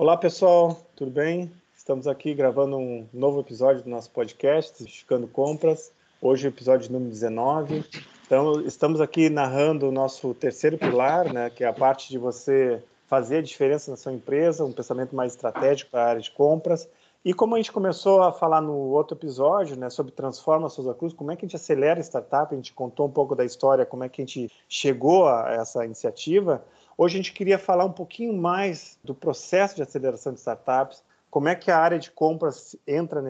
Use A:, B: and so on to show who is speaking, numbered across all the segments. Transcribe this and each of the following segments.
A: Olá, pessoal, tudo bem? Estamos aqui gravando um novo episódio do nosso podcast, Justificando Compras. Hoje, o episódio número 19. Então, estamos aqui narrando o nosso terceiro pilar, né, que é a parte de você fazer a diferença na sua empresa, um pensamento mais estratégico para a área de compras. E como a gente começou a falar no outro episódio, né, sobre Transforma Souza Cruz, como é que a gente acelera a startup, a gente contou um pouco da história, como é que a gente chegou a essa iniciativa. Hoje a gente queria falar um pouquinho mais do processo de aceleração de startups, como é que a área de compras entra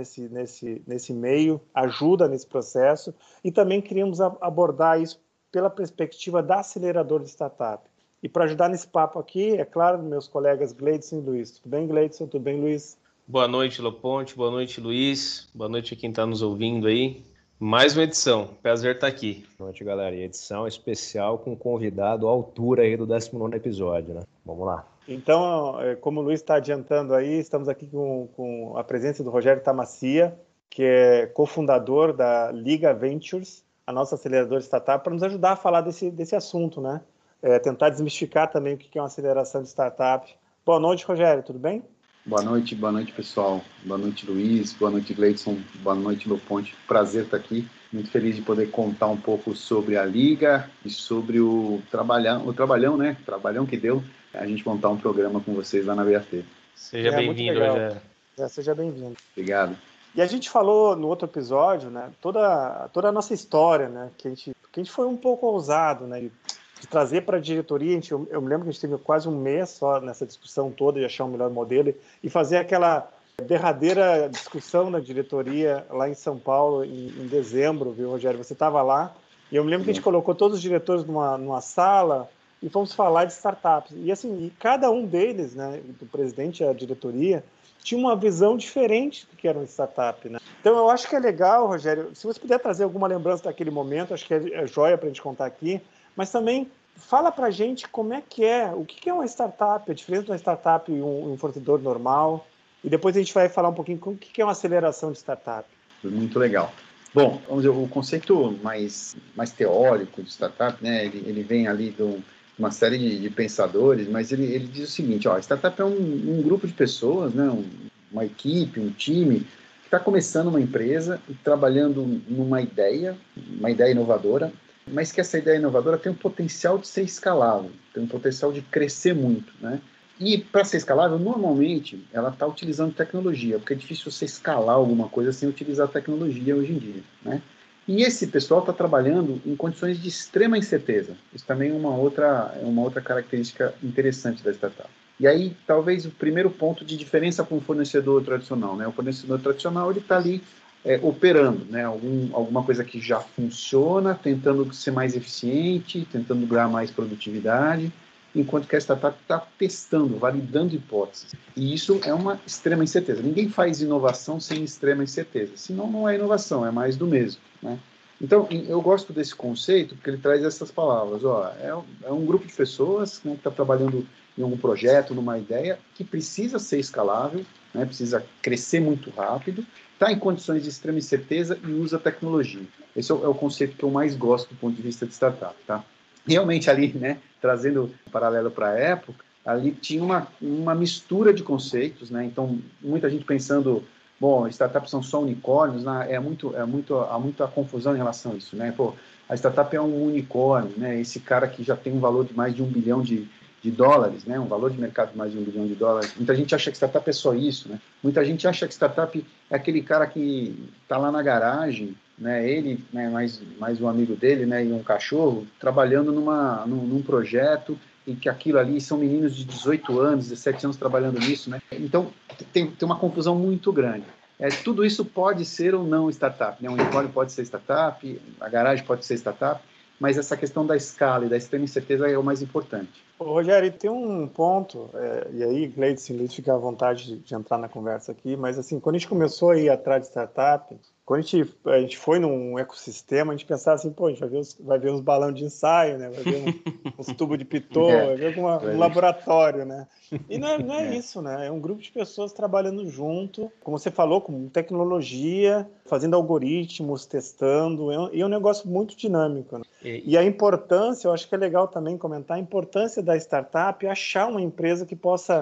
A: nesse meio, ajuda nesse processo, e também queríamos abordar isso pela perspectiva da aceleradora de startup. E para ajudar nesse papo aqui, é claro, meus colegas Gleidson e Luiz. Tudo bem, Gleidson? Tudo bem, Luiz?
B: Boa noite, Loponte. Boa noite, Luiz. Boa noite a quem está nos ouvindo aí. Mais uma edição. Prazer estar aqui.
C: Boa noite, galera. E edição especial com convidado à altura aí do 19º episódio, né? Vamos lá.
A: Então, como o Luiz está adiantando aí, estamos aqui com a presença do Rogério Tamacia, que é cofundador da Liga Ventures, a nossa aceleradora de startup, para nos ajudar a falar desse assunto, né? Tentar desmistificar também o que é uma aceleração de startup. Boa noite, Rogério, tudo bem?
D: Boa noite, pessoal. Boa noite, Luiz. Boa noite, Gleidson. Boa noite, Loponte. Prazer estar aqui. Muito feliz de poder contar um pouco sobre a Liga e sobre o trabalhão, né? O trabalhão que deu a gente montar um programa com vocês lá na BAT.
B: Seja bem-vindo, Rogério.
A: Seja bem-vindo.
D: Obrigado.
A: E a gente falou no outro episódio, né? Toda a nossa história, né? Que a gente foi um pouco ousado, né? De trazer para a diretoria, eu me lembro que a gente teve quase um mês só nessa discussão toda de achar um melhor modelo e fazer aquela derradeira discussão na diretoria lá em São Paulo em dezembro, viu, Rogério? Você estava lá e eu me lembro que a gente colocou todos os diretores numa sala e fomos falar de startups. E assim, cada um deles, né, do presidente e a diretoria, tinha uma visão diferente do que era uma startup, né? Então eu acho que é legal, Rogério, se você puder trazer alguma lembrança daquele momento, acho que é joia para a gente contar aqui. Mas também fala para a gente como é que o que é uma startup, a diferença de uma startup e um fornecedor normal. E depois a gente vai falar um pouquinho o que é uma aceleração de startup.
D: Muito legal. Bom, vamos dizer, o conceito mais teórico de startup, né, ele vem ali de uma série de pensadores, mas ele diz o seguinte, ó, startup é um grupo de pessoas, né, uma equipe, um time, que está começando uma empresa e trabalhando numa ideia inovadora, mas que essa ideia inovadora tem um potencial de ser escalável, tem um potencial de crescer muito, né? E para ser escalável, normalmente, ela está utilizando tecnologia, porque é difícil você escalar alguma coisa sem utilizar tecnologia hoje em dia, né? E esse pessoal está trabalhando em condições de extrema incerteza. Isso também é uma outra característica interessante da startup. E aí, talvez, o primeiro ponto de diferença com o fornecedor tradicional, né? O fornecedor tradicional, ele está ali operando, né? Alguma coisa que já funciona, tentando ser mais eficiente, tentando ganhar mais produtividade, enquanto que a startup está testando, validando hipóteses. E isso é uma extrema incerteza. Ninguém faz inovação sem extrema incerteza, senão não é inovação, é mais do mesmo, né? Então, eu gosto desse conceito porque ele traz essas palavras. Ó, é um grupo de pessoas, né, que está trabalhando em algum projeto, numa ideia, que precisa ser escalável, né, precisa crescer muito rápido, está em condições de extrema incerteza e usa tecnologia. Esse é o conceito que eu mais gosto do ponto de vista de startup, tá? Realmente ali, né, trazendo um paralelo para a época, ali tinha uma mistura de conceitos, né? Então, muita gente pensando, bom, startups são só unicórnios, né? Há muita confusão em relação a isso, né? Pô, a startup é um unicórnio, né? Esse cara que já tem um valor de mais de $1 bilhão de dólares, né? Um valor de mercado de mais de $1 bilhão de dólares. Muita gente acha que startup é só isso, né? Muita gente acha que startup é aquele cara que está lá na garagem, né? Ele, né, mais um amigo dele, né, e um cachorro, trabalhando num projeto em que aquilo ali são meninos de 18 anos, 17 anos trabalhando nisso, né? Então, tem uma confusão muito grande. Tudo isso pode ser ou não startup, né? Um unicórnio pode ser startup, a garagem pode ser startup, mas essa questão da escala e da extrema incerteza é o mais importante.
A: Ô, Rogério, tem um ponto, e aí, Gleidson, Luiz, fica à vontade de entrar na conversa aqui, mas assim, quando a gente começou a ir atrás de startup, quando a gente foi num ecossistema, a gente pensava assim, pô, a gente vai ver uns balões de ensaio, né? Vai ver uns tubos de pitô, vai ver um laboratório, né? E não é isso, né? É um grupo de pessoas trabalhando junto, como você falou, com tecnologia, fazendo algoritmos, testando, e é um negócio muito dinâmico, né? E a importância, eu acho que é legal também comentar, a importância da startup achar uma empresa que possa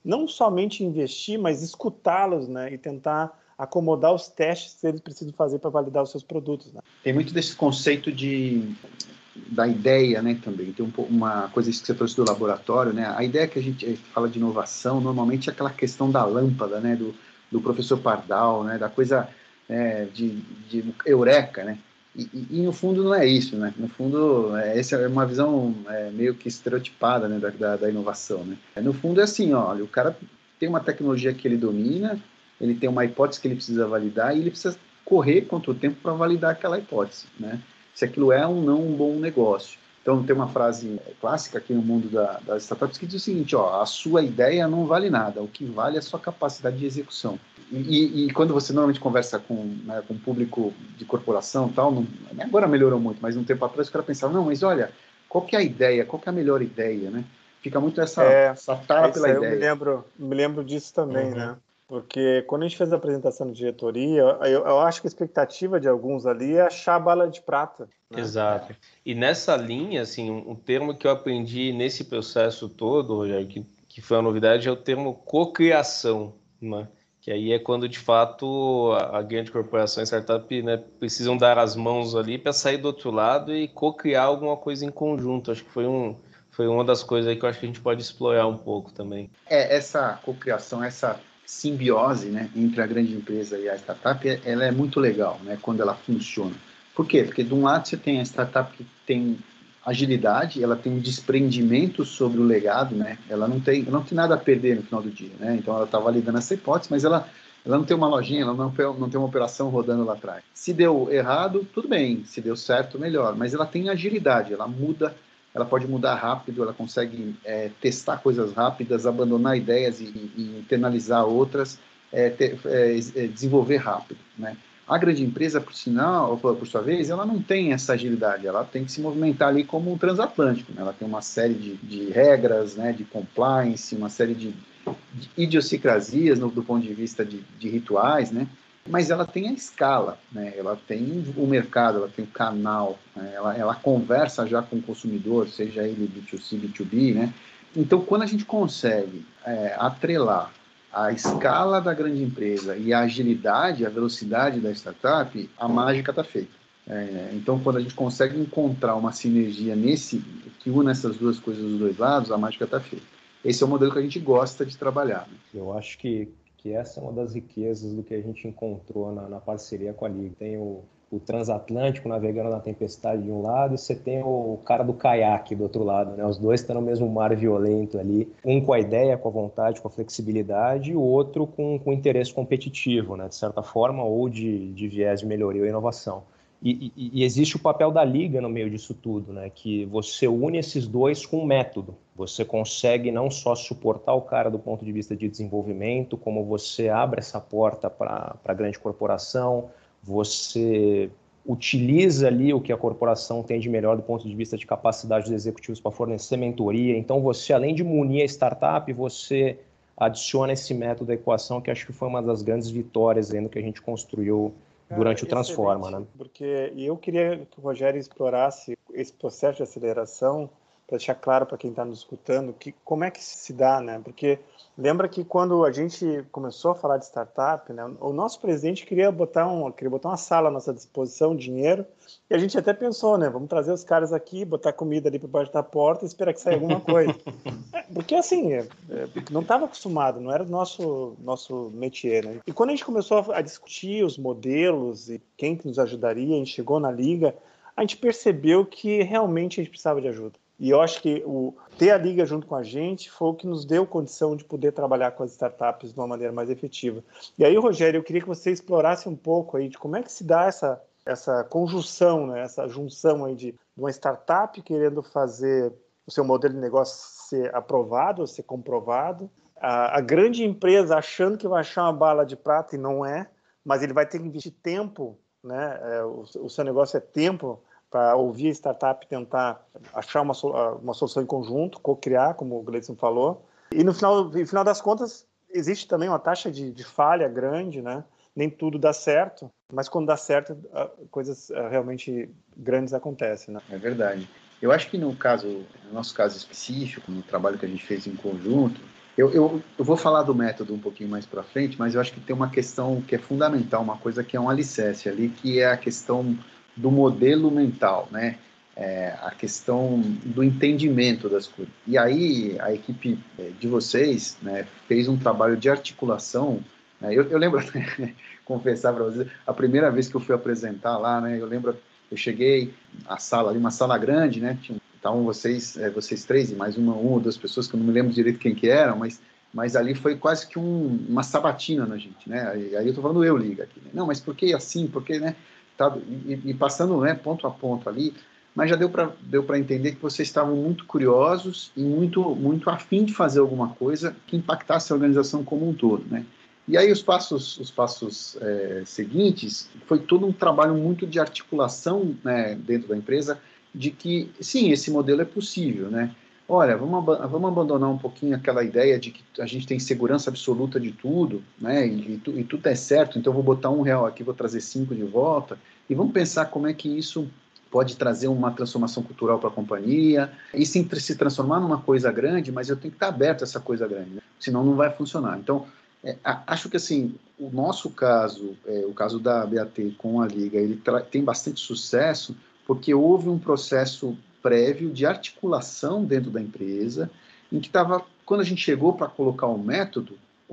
A: não somente investir, mas escutá-los, né? E tentar acomodar os testes que eles precisam fazer para validar os seus produtos, né?
D: Tem muito desse conceito da ideia, né, também. Tem uma coisa que você trouxe do laboratório, né? A ideia que a gente fala de inovação, normalmente é aquela questão da lâmpada, né, do professor Pardal, né, da coisa de eureka, né? E no fundo não é isso, né? No fundo, essa é uma visão meio que estereotipada, né, da inovação, né? No fundo é assim, olha, o cara tem uma tecnologia que ele domina, ele tem uma hipótese que ele precisa validar e ele precisa correr contra o tempo para validar aquela hipótese, né? Se aquilo é ou não um bom negócio. Então, tem uma frase clássica aqui no mundo das startups que diz o seguinte, a sua ideia não vale nada, o que vale é a sua capacidade de execução. E quando você normalmente conversa com um público de corporação, tal, agora melhorou muito, mas um tempo atrás o cara pensava, não, mas olha, qual que é a ideia, qual que é a melhor ideia, né? Fica muito essa tara pela ideia.
A: Eu me lembro disso também, né? Porque quando a gente fez a apresentação de diretoria, eu acho que a expectativa de alguns ali é achar a bala de prata. Né?
B: Exato. E nessa linha, assim, um termo que eu aprendi nesse processo todo, Rogério, que foi uma novidade, é o termo cocriação, né? Que aí é quando, de fato, a grande corporação e startup, né, precisam dar as mãos ali para sair do outro lado e cocriar alguma coisa em conjunto. Acho que foi uma das coisas aí que eu acho que a gente pode explorar um pouco também.
D: Essa cocriação, essa simbiose, né, entre a grande empresa e a startup, ela é muito legal, né, quando ela funciona. Por quê? Porque de um lado você tem a startup que tem agilidade, ela tem um desprendimento sobre o legado, né, ela não tem nada a perder no final do dia, né, então ela está validando essa hipótese, mas ela não tem uma lojinha, ela não tem uma operação rodando lá atrás. Se deu errado, tudo bem, se deu certo, melhor, mas ela tem agilidade, ela pode mudar rápido, ela consegue testar coisas rápidas, abandonar ideias e internalizar outras, desenvolver rápido, né? A grande empresa, por sua vez, ela não tem essa agilidade, ela tem que se movimentar ali como um transatlântico, né? Ela tem uma série de regras, né, de compliance, uma série de idiosincrasias do ponto de vista de rituais, né? Mas ela tem a escala, né? Ela tem o mercado, ela tem o canal, né? ela conversa já com o consumidor, seja ele B2C, B2B, né? Então, quando a gente consegue atrelar a escala da grande empresa e a agilidade, a velocidade da startup, a mágica está feita. Então, quando a gente consegue encontrar uma sinergia que une essas duas coisas dos dois lados, a mágica está feita. Esse é o modelo que a gente gosta de trabalhar. Né?
C: Eu acho que essa é uma das riquezas do que a gente encontrou na parceria com a Liga. Tem o transatlântico navegando na tempestade de um lado e você tem o cara do caiaque do outro lado, né? Os dois estão no mesmo mar violento ali, um com a ideia, com a vontade, com a flexibilidade, e o outro com interesse competitivo, né? De certa forma, ou de viés de melhoria ou inovação. E existe o papel da Liga no meio disso tudo, né? Que você une esses dois com um método. Você consegue não só suportar o cara do ponto de vista de desenvolvimento, como você abre essa porta para a grande corporação, você utiliza ali o que a corporação tem de melhor do ponto de vista de capacidade dos executivos para fornecer mentoria. Então, você, além de munir a startup, você adiciona esse método à equação, que acho que foi uma das grandes vitórias ainda que a gente construiu durante o Transforma, né?
A: Porque eu queria que o Rogério explorasse esse processo de aceleração para deixar claro para quem está nos escutando como é que se dá, né? Porque lembra que quando a gente começou a falar de startup, né, o nosso presidente queria botar uma sala à nossa disposição, dinheiro, e a gente até pensou, né? Vamos trazer os caras aqui, botar comida ali por baixo da porta e esperar que saia alguma coisa. Porque assim, não estava acostumado, não era o nosso métier, né? E quando a gente começou a discutir os modelos e quem que nos ajudaria, a gente chegou na Liga, a gente percebeu que realmente a gente precisava de ajuda. E eu acho que ter a Liga junto com a gente foi o que nos deu condição de poder trabalhar com as startups de uma maneira mais efetiva. E aí, Rogério, eu queria que você explorasse um pouco aí de como é que se dá essa conjunção, né? Essa junção aí de uma startup querendo fazer o seu modelo de negócio ser aprovado, ser comprovado, a grande empresa achando que vai achar uma bala de prata e não é, mas ele vai ter que investir tempo, né? O seu negócio é tempo, para ouvir a startup tentar achar uma solução em conjunto, co-criar, como o Gleison falou. E no final das contas, existe também uma taxa de falha grande, né? Nem tudo dá certo, mas quando dá certo, coisas realmente grandes acontecem, né?
D: É verdade. Eu acho que no nosso caso específico, no trabalho que a gente fez em conjunto, Eu vou falar do método um pouquinho mais para frente, mas eu acho que tem uma questão que é fundamental, uma coisa que é um alicerce ali, que é a questão do modelo mental, né? A questão do entendimento das coisas. E aí a equipe de vocês, né, fez um trabalho de articulação, né? Eu lembro, confessar para vocês, a primeira vez que eu fui apresentar lá, né, eu lembro, eu cheguei à sala ali, uma sala grande, né, estavam vocês três e mais uma ou duas pessoas que eu não me lembro direito quem que eram, mas ali foi quase que uma sabatina na gente, né? Aí eu tô falando Liga aqui, né? Não, mas por que assim? Por que, né? Tá, e passando, né, ponto a ponto ali, mas já deu para entender que vocês estavam muito curiosos e muito afim de fazer alguma coisa que impactasse a organização como um todo, né? E aí os passos seguintes foi todo um trabalho muito de articulação, né, dentro da empresa, de que, sim, esse modelo é possível, né? Olha, vamos abandonar um pouquinho aquela ideia de que a gente tem segurança absoluta de tudo, né? E tudo é certo, então eu vou botar R$1 aqui, vou trazer 5 de volta, e vamos pensar como é que isso pode trazer uma transformação cultural para a companhia, e sim se transformar numa coisa grande, mas eu tenho que estar aberto a essa coisa grande, né? Senão não vai funcionar. Então, acho que assim, o nosso caso, o caso da BAT com a Liga, ele tem bastante sucesso, porque houve um processo prévio de articulação dentro da empresa, em que quando a gente chegou para colocar o método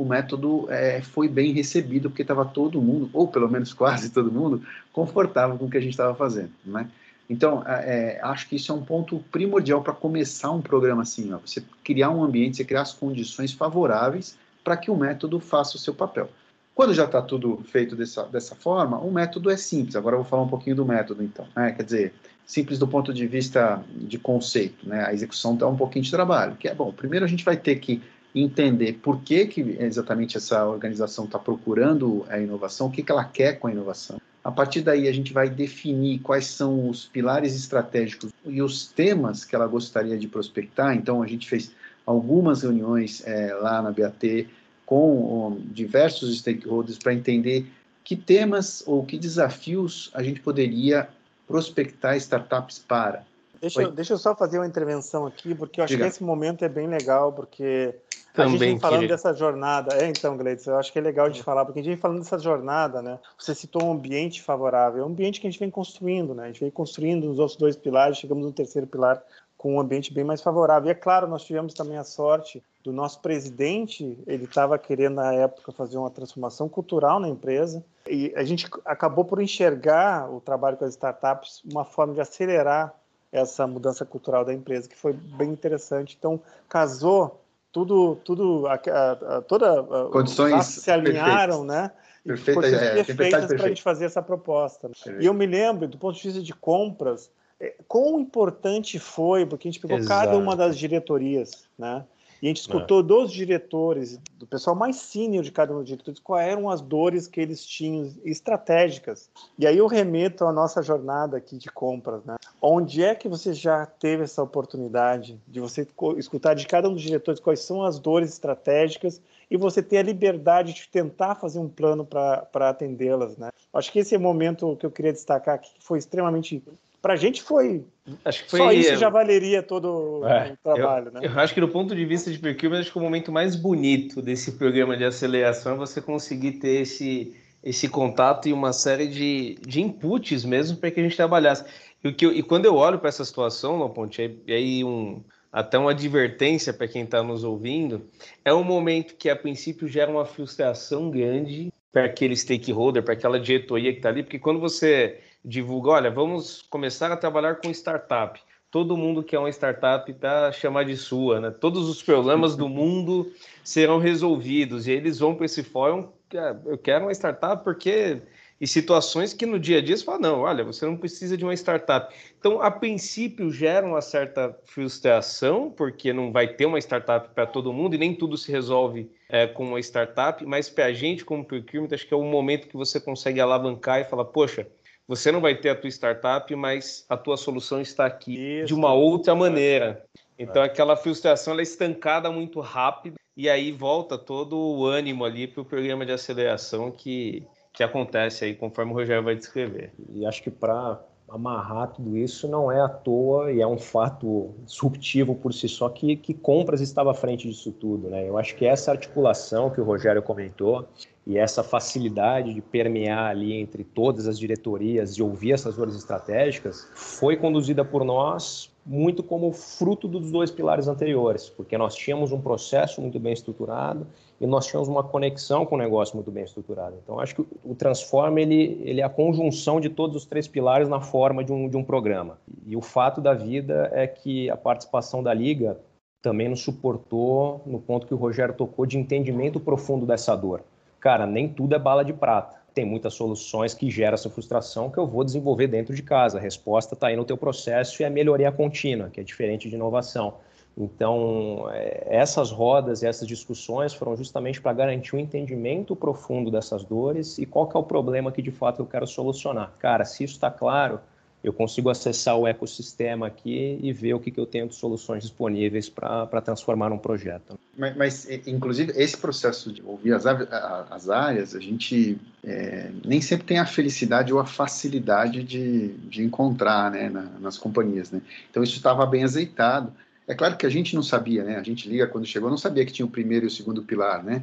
D: foi bem recebido, porque estava todo mundo, ou pelo menos quase todo mundo, confortável com o que a gente estava fazendo, né? Então, acho que isso é um ponto primordial para começar um programa assim, ó, você criar um ambiente, você criar as condições favoráveis para que o método faça o seu papel. Quando já está tudo feito dessa forma, o método é simples. Agora eu vou falar um pouquinho do método, então. Quer dizer, simples do ponto de vista de conceito, né? A execução dá um pouquinho de trabalho, que é bom. Primeiro a gente vai ter que entender por que exatamente essa organização está procurando a inovação, o que ela quer com a inovação. A partir daí a gente vai definir quais são os pilares estratégicos e os temas que ela gostaria de prospectar. Então a gente fez algumas reuniões lá na BAT com diversos stakeholders para entender que temas ou que desafios a gente poderia prospectar startups para.
A: Deixa eu só fazer uma intervenção aqui, porque eu acho que esse momento é bem legal, porque a gente vem falando dessa jornada. Então, Gleidson, eu acho que é legal de falar, porque a gente vem falando dessa jornada, né? Você citou um ambiente favorável, é um ambiente que a gente vem construindo, né? A gente vem construindo os outros 2 pilares, chegamos no 3º pilar com um ambiente bem mais favorável. E é claro, nós tivemos também a sorte do nosso presidente, ele estava querendo, na época, fazer uma transformação cultural na empresa, e a gente acabou por enxergar o trabalho com as startups uma forma de acelerar essa mudança cultural da empresa, que foi bem interessante. Então, casou tudo
D: condições
A: se alinharam,
D: perfeitas.
A: né? E condições perfeitas para a gente fazer essa proposta. E eu me lembro, do ponto de vista de compras, quão importante foi, porque a gente pegou cada uma das diretorias, né? E a gente escutou dos diretores, do pessoal mais sênior de cada um dos diretores, quais eram as dores que eles tinham estratégicas. E aí eu remeto à nossa jornada aqui de compras, né? Onde é que você já teve essa oportunidade de você escutar de cada um dos diretores quais são as dores estratégicas e você ter a liberdade de tentar fazer um plano para atendê-las, né? Acho que esse é o momento que eu queria destacar aqui, que foi extremamente... Para a gente foi... Só isso já valeria todo o trabalho, né?
B: Eu acho que do ponto de vista de procurement, acho que o momento mais bonito desse programa de aceleração é você conseguir ter esse contato e uma série de inputs mesmo para que a gente trabalhasse. E quando eu olho para essa situação, Loponte, e aí até uma advertência para quem está nos ouvindo, é um momento que a princípio gera uma frustração grande para aquele stakeholder, para aquela diretoria que está ali, porque quando você divulga, olha, vamos começar a trabalhar com startup, todo mundo que é uma startup está chamar de sua, né? Todos os problemas do mundo serão resolvidos, e eles vão para esse fórum, eu quero uma startup porque... E situações que no dia a dia você fala, não, olha, você não precisa de uma startup. Então, a princípio, gera uma certa frustração, porque não vai ter uma startup para todo mundo, e nem tudo se resolve com uma startup, mas para a gente, como procurement, acho que é o momento que você consegue alavancar e falar, poxa, você não vai ter a tua startup, mas a tua solução está aqui de uma outra maneira. Então, aquela frustração ela é estancada muito rápido, e aí volta todo o ânimo ali para o programa de aceleração que acontece aí, conforme o Rogério vai descrever.
C: E acho que para amarrar tudo isso não é à toa e é um fato disruptivo por si só que compras estava à frente disso tudo, né? Eu acho que essa articulação que o Rogério comentou e essa facilidade de permear ali entre todas as diretorias, de ouvir essas dores estratégicas, foi conduzida por nós muito como fruto dos 2 pilares anteriores, porque nós tínhamos um processo muito bem estruturado e nós tínhamos uma conexão com o negócio muito bem estruturada. Então, acho que o Transform ele é a conjunção de todos os 3 pilares na forma de um programa. E o fato da vida é que a participação da Liga também nos suportou no ponto que o Rogério tocou de entendimento profundo dessa dor. Cara, nem tudo é bala de prata. Tem muitas soluções que geram essa frustração que eu vou desenvolver dentro de casa. A resposta está aí no teu processo e é melhoria contínua, que é diferente de inovação. Então, essas rodas e essas discussões foram justamente para garantir um entendimento profundo dessas dores e qual que é o problema que de fato eu quero solucionar. Cara, se isso está claro, eu consigo acessar o ecossistema aqui e ver o que eu tenho de soluções disponíveis para transformar num projeto.
D: Mas, inclusive, esse processo de ouvir as áreas, a gente nem sempre tem a felicidade ou a facilidade de encontrar, né, nas companhias, né? Então, isso estava bem azeitado. É claro que a gente não sabia, né? A gente liga quando chegou, não sabia que tinha o primeiro e o segundo pilar, né?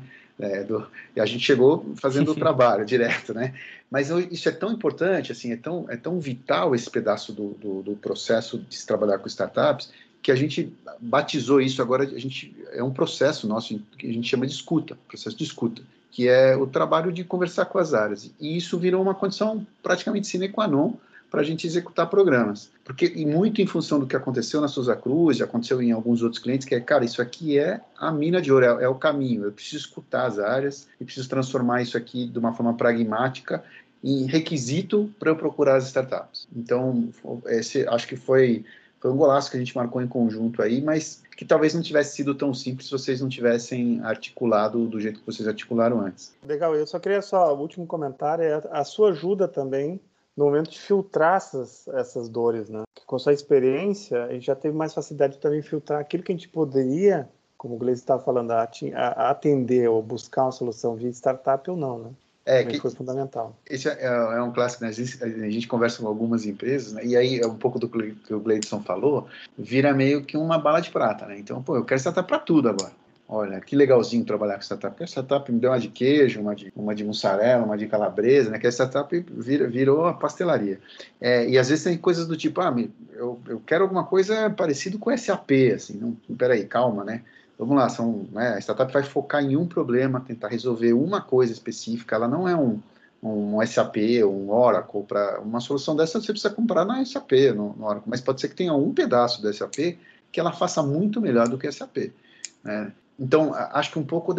D: E a gente chegou fazendo o trabalho direto, né? Mas isso é tão importante, assim, é tão vital esse pedaço do processo de se trabalhar com startups, que a gente batizou isso agora, é um processo nosso que a gente chama de escuta, processo de escuta, que é o trabalho de conversar com as áreas. E isso virou uma condição praticamente sine qua non para a gente executar programas. E muito em função do que aconteceu na Souza Cruz, já aconteceu em alguns outros clientes, que cara, isso aqui é a mina de ouro, é o caminho. Eu preciso escutar as áreas e preciso transformar isso aqui de uma forma pragmática em requisito para eu procurar as startups. Então, acho que foi um golaço que a gente marcou em conjunto aí, mas que talvez não tivesse sido tão simples se vocês não tivessem articulado do jeito que vocês articularam antes.
A: Legal, eu só queria o último comentário, a sua ajuda também no momento de filtrar essas dores, né? Com a sua experiência, a gente já teve mais facilidade de também filtrar aquilo que a gente poderia, como o Gleice estava falando, a atender ou buscar uma solução via startup ou não, né? Também foi fundamental.
D: Esse é um clássico, né? A gente conversa com algumas empresas, né? E aí é um pouco do que o Gleidson falou, vira meio que uma bala de prata, né? Então, eu quero startup para tudo agora. Olha, que legalzinho trabalhar com startup. Porque a startup me deu uma de queijo, uma de mussarela, uma de calabresa, né? Que a startup virou a pastelaria. E às vezes tem coisas do tipo, eu quero alguma coisa parecido com SAP, assim. Não, peraí, calma, né? Vamos lá, a startup vai focar em um problema, tentar resolver uma coisa específica. Ela não é um SAP ou um Oracle. Para uma solução dessa, você precisa comprar na SAP, no Oracle. Mas pode ser que tenha um pedaço da SAP que ela faça muito melhor do que a SAP, né? Então, acho que um pouco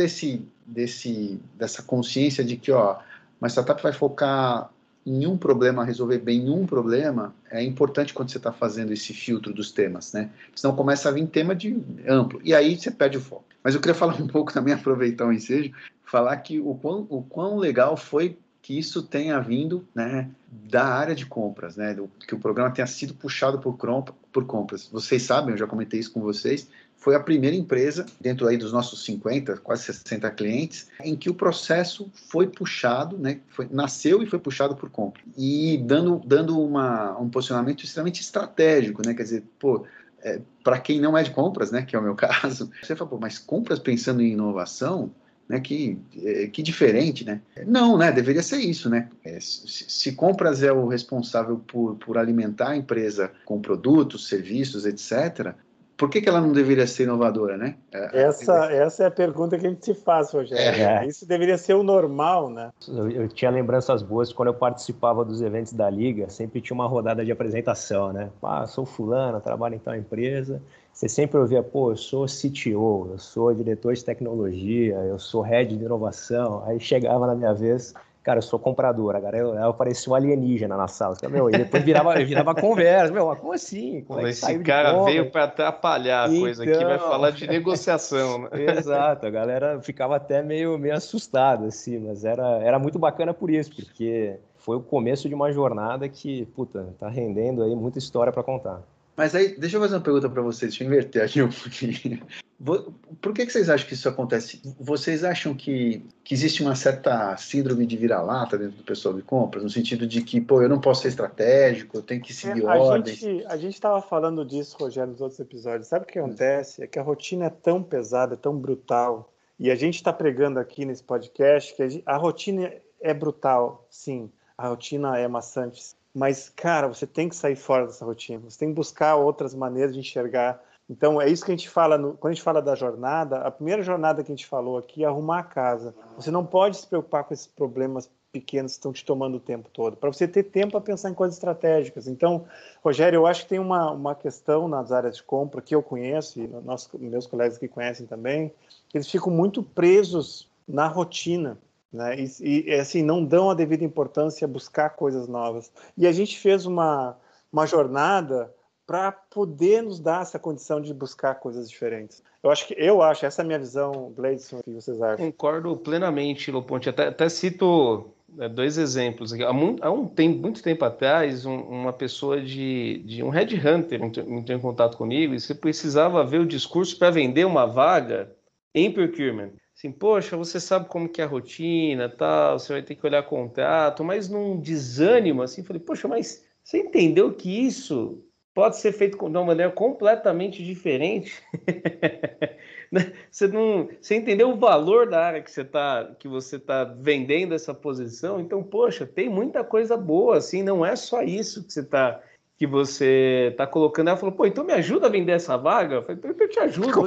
D: dessa consciência de que uma startup vai focar em um problema, resolver bem um problema, é importante quando você está fazendo esse filtro dos temas, né? Senão começa a vir tema de amplo, e aí você perde o foco. Mas eu queria falar um pouco também, aproveitar o ensejo, falar que o quão legal foi que isso tenha vindo, né, da área de compras, né, que o programa tenha sido puxado por compras. Vocês sabem, eu já comentei isso com vocês, foi a primeira empresa, dentro aí dos nossos 50, quase 60 clientes, em que o processo foi puxado, né, nasceu e foi puxado por compra. E dando um posicionamento extremamente estratégico, né, quer dizer, para quem não é de compras, né, que é o meu caso, você fala, mas compras pensando em inovação, né, que diferente, né? Não, né? Deveria ser isso, né? Se compras é o responsável por alimentar a empresa com produtos, serviços, etc., por que ela não deveria ser inovadora, né?
A: Essa é a pergunta que a gente se faz, Rogério. Isso deveria ser o normal, né?
C: Eu tinha lembranças boas quando eu participava dos eventos da Liga, sempre tinha uma rodada de apresentação, né? Sou fulano, trabalho em tal empresa. Você sempre ouvia, eu sou CTO, eu sou diretor de tecnologia, eu sou head de inovação. Aí chegava na minha vez, cara, eu sou comprador. Agora eu parecia um alienígena na sala. E depois virava conversa. Como assim? Como é que
B: esse cara veio para atrapalhar a coisa aqui, vai falar de negociação, né?
C: Exato, a galera ficava até meio assustada, assim, mas era muito bacana por isso, porque foi o começo de uma jornada que, tá rendendo aí muita história para contar.
D: Mas aí, deixa eu fazer uma pergunta para vocês, deixa eu inverter aqui um pouquinho. Por que vocês acham que isso acontece? Vocês acham que existe uma certa síndrome de vira-lata dentro do pessoal de compras, no sentido de que, pô, eu não posso ser estratégico, eu tenho que seguir ordens?
A: A gente estava falando disso, Rogério, nos outros episódios. Sabe o que acontece? É que a rotina é tão pesada, tão brutal, e a gente está pregando aqui nesse podcast que a rotina é brutal, sim, a rotina é maçante, mas, cara, você tem que sair fora dessa rotina, você tem que buscar outras maneiras de enxergar. Então, é isso que a gente fala, quando a gente fala da jornada, a primeira jornada que a gente falou aqui é arrumar a casa. Você não pode se preocupar com esses problemas pequenos que estão te tomando o tempo todo, para você ter tempo para pensar em coisas estratégicas. Então, Rogério, eu acho que tem uma questão nas áreas de compra que eu conheço, e meus colegas que conhecem também, que eles ficam muito presos na rotina, né? E assim, não dão a devida importância a buscar coisas novas. E a gente fez uma jornada para poder nos dar essa condição de buscar coisas diferentes. Essa é a minha visão, Gleidson, o que vocês acham?
B: Concordo plenamente, Loponte. Até cito 2 exemplos. Muito tempo atrás, uma pessoa de um headhunter entrou em contato comigo e você precisava ver o discurso para vender uma vaga em procurement. Assim, poxa, você sabe como que é a rotina, tal, você vai ter que olhar contrato, mas num desânimo, assim, falei, poxa, mas você entendeu que isso pode ser feito de uma maneira completamente diferente? Você entendeu o valor da área que você tá vendendo essa posição? Então, poxa, tem muita coisa boa, assim, não é só isso que você está colocando. Ela falou, pô, então me ajuda a vender essa vaga? Eu falei, então eu te ajudo.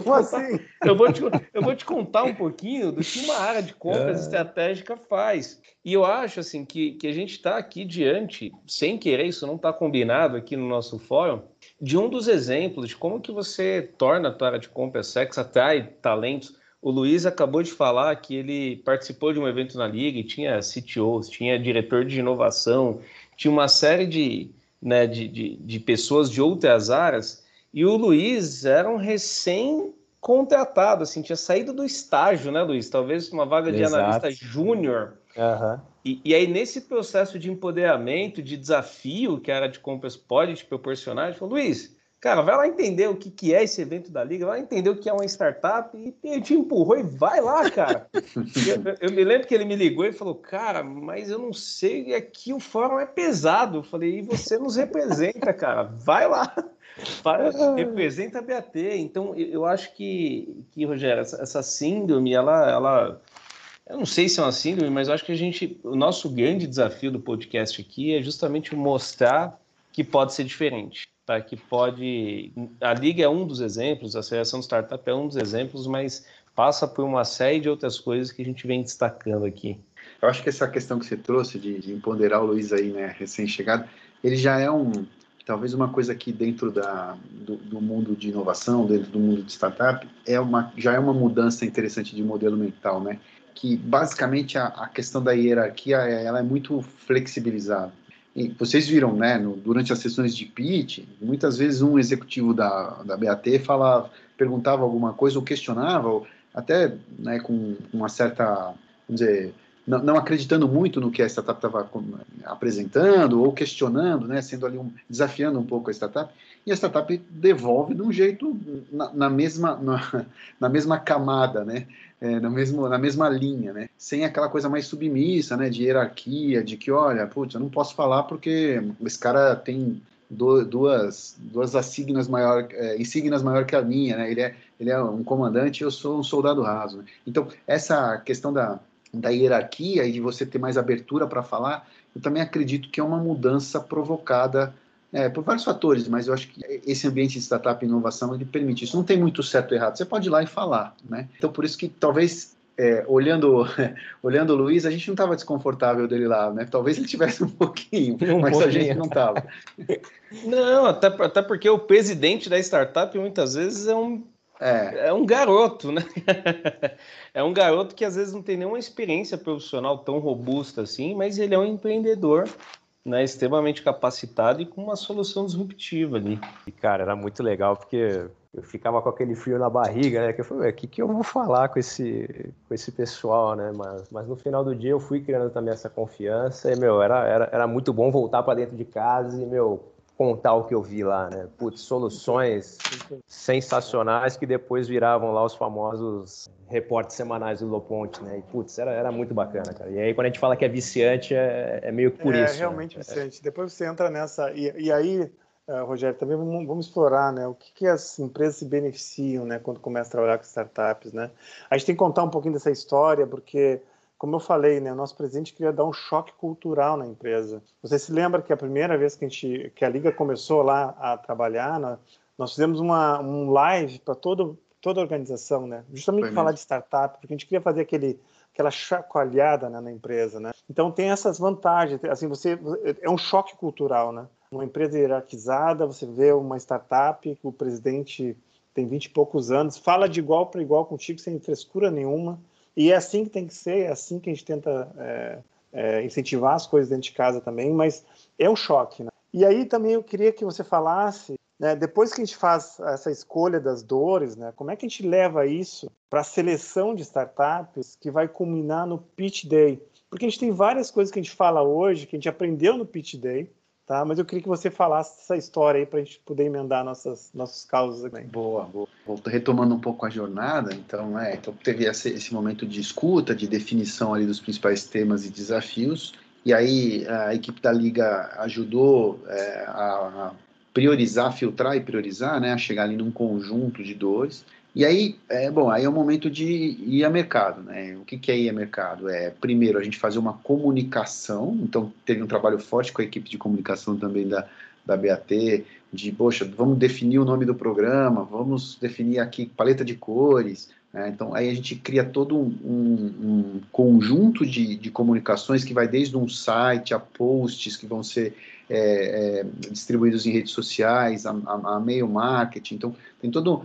B: Eu vou te contar um pouquinho do que uma área de compras estratégica faz. E eu acho assim que a gente está aqui diante, sem querer, isso não está combinado aqui no nosso fórum, de um dos exemplos de como que você torna a tua área de compras sexy, atrai talentos. O Luiz acabou de falar que ele participou de um evento na Liga e tinha CTOs, tinha diretor de inovação, tinha uma série de pessoas de outras áreas, e o Luiz era um recém-contratado, assim, tinha saído do estágio, né, Luiz? Talvez uma vaga de analista júnior.
C: Uhum.
B: E aí, nesse processo de empoderamento, de desafio que a área de compras pode te proporcionar, ele falou, Luiz, cara, vai lá entender o que é esse evento da Liga, vai lá entender o que é uma startup, e ele te empurrou e vai lá, cara. Eu me lembro que ele me ligou e falou, cara, mas eu não sei, aqui o fórum é pesado. Eu falei, e você nos representa, cara, vai lá, representa a BAT. Então, eu acho que Rogério, essa síndrome, ela eu não sei se é uma síndrome, mas eu acho que o nosso grande desafio do podcast aqui é justamente mostrar que pode ser diferente, tá? Que pode... A Liga é um dos exemplos, a Aceleração Startup é um dos exemplos, mas passa por uma série de outras coisas que a gente vem destacando aqui.
D: Eu acho que essa questão que você trouxe de empoderar o Luiz aí, né, recém-chegado, ele já é talvez uma coisa que dentro do mundo de inovação, dentro do mundo de startup, já é uma mudança interessante de modelo mental, né? Que basicamente a questão da hierarquia ela é muito flexibilizada. E vocês viram, né, durante as sessões de pitch, muitas vezes um executivo da BAT perguntava alguma coisa ou questionava, ou até, né, com uma certa, vamos dizer, não acreditando muito no que a startup estava apresentando ou questionando, né, sendo ali desafiando um pouco a startup, e a startup devolve de um jeito na mesma camada, né, na mesma linha, né, sem aquela coisa mais submissa, né, de hierarquia, de que, olha, putz, eu não posso falar porque esse cara tem duas insígnias maior que a minha, né, ele é um comandante e eu sou um soldado raso, né? Então, essa questão da hierarquia e de você ter mais abertura para falar, eu também acredito que é uma mudança provocada por vários fatores, mas eu acho que esse ambiente de startup e inovação, ele permite isso. Não tem muito certo ou errado, você pode ir lá e falar, né? Então, por isso que talvez, olhando o Luiz, a gente não estava desconfortável dele lá, né? Talvez ele tivesse um pouquinho, mas a gente não estava.
B: Não, até porque o presidente da startup muitas vezes é um garoto, né? É um garoto que às vezes não tem nenhuma experiência profissional tão robusta assim, mas ele é um empreendedor, né, extremamente capacitado e com uma solução disruptiva ali.
C: E, cara, era muito legal, porque eu ficava com aquele frio na barriga, né? Que eu falei, o que eu vou falar com esse pessoal, né? Mas no final do dia eu fui criando também essa confiança e, era muito bom voltar para dentro de casa e, contar o que eu vi lá, né? Putz, soluções sensacionais que depois viravam lá os famosos reportes semanais do Loponte, né? E, putz, era muito bacana, cara. E aí, quando a gente fala que é viciante, é meio que por isso,
A: realmente
C: né?
A: viciante. Depois você entra nessa... E aí, Rogério, também vamos explorar, né? O que as empresas se beneficiam, né? Quando começam a trabalhar com startups, né? A gente tem que contar um pouquinho dessa história, porque... Como eu falei, né, o nosso presidente queria dar um choque cultural na empresa. Você se lembra que a primeira vez que a Liga começou lá a trabalhar, nós fizemos um live para toda a organização, né? Justamente para falar de startup, porque a gente queria fazer aquela chacoalhada, né, na empresa, né? Então tem essas vantagens, assim, é um choque cultural, né? Uma empresa hierarquizada, você vê uma startup que o presidente tem 20 e poucos anos, fala de igual para igual contigo, sem frescura nenhuma. E é assim que tem que ser, é assim que a gente tenta incentivar as coisas dentro de casa também, mas é um choque, né? E aí também eu queria que você falasse, né, depois que a gente faz essa escolha das dores, né, como é que a gente leva isso para a seleção de startups que vai culminar no Pitch Day? Porque a gente tem várias coisas que a gente fala hoje, que a gente aprendeu no Pitch Day, tá? Mas eu queria que você falasse essa história aí para a gente poder emendar nossos causos também.
D: Boa. Retomando um pouco a jornada, então teve esse momento de escuta, de definição ali dos principais temas e desafios, e aí a equipe da Liga ajudou a priorizar, filtrar e priorizar, né, a chegar ali num conjunto de dores. E aí, aí é o momento de ir a mercado, né? O que é ir a mercado? Primeiro, a gente fazer uma comunicação, então teve um trabalho forte com a equipe de comunicação também da BAT, poxa, vamos definir o nome do programa, vamos definir aqui paleta de cores, né? Então aí a gente cria todo um conjunto de comunicações que vai desde um site a posts que vão ser distribuídos em redes sociais, a mail marketing, então tem todo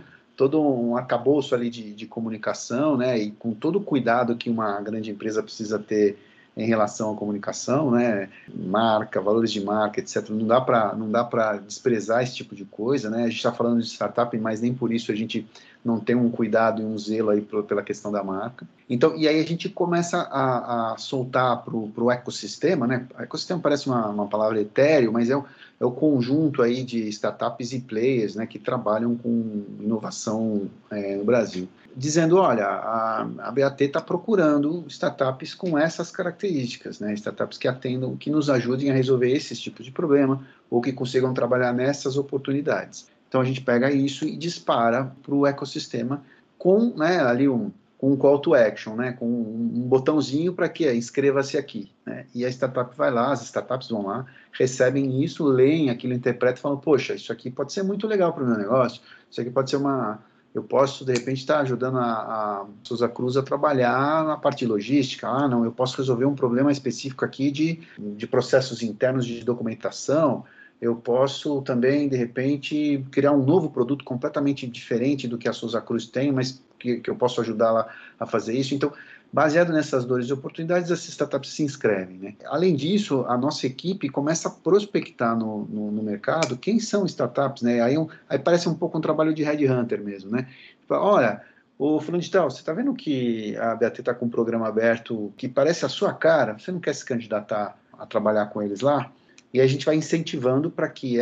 D: um arcabouço ali de comunicação, né, e com todo o cuidado que uma grande empresa precisa ter em relação à comunicação, né, marca, valores de marca, etc. Não dá para desprezar esse tipo de coisa, né? A gente está falando de startup, mas nem por isso a gente não tem um cuidado e um zelo aí pela questão da marca. Então, e aí a gente começa a soltar para o ecossistema, né? O ecossistema parece uma palavra etéreo, mas é o conjunto aí de startups e players, né, que trabalham com inovação no Brasil, dizendo, olha, a BAT está procurando startups com essas características, né, startups que atendam, que nos ajudem a resolver esses tipos de problema ou que consigam trabalhar nessas oportunidades. Então a gente pega isso e dispara para o ecossistema com, né, ali com um call to action, né, com um botãozinho para que inscreva-se aqui, né, e a startup vai lá, as startups vão lá, recebem isso, leem aquilo, interpretam e falam, poxa, isso aqui pode ser muito legal para o meu negócio, isso aqui pode ser eu posso, de repente, estar ajudando a Souza Cruz a trabalhar na parte logística. Não, eu posso resolver um problema específico aqui de processos internos de documentação. Eu posso também, de repente, criar um novo produto completamente diferente do que a Souza Cruz tem, mas que eu posso ajudá-la a fazer isso. Então, baseado nessas dores e oportunidades, as startups se inscrevem, né? Além disso, a nossa equipe começa a prospectar no mercado quem são startups, né? Aí parece um pouco um trabalho de headhunter mesmo, né? Olha, ô fulano de tal, você está vendo que a BAT está com um programa aberto que parece a sua cara? Você não quer se candidatar a trabalhar com eles lá? E a gente vai incentivando para que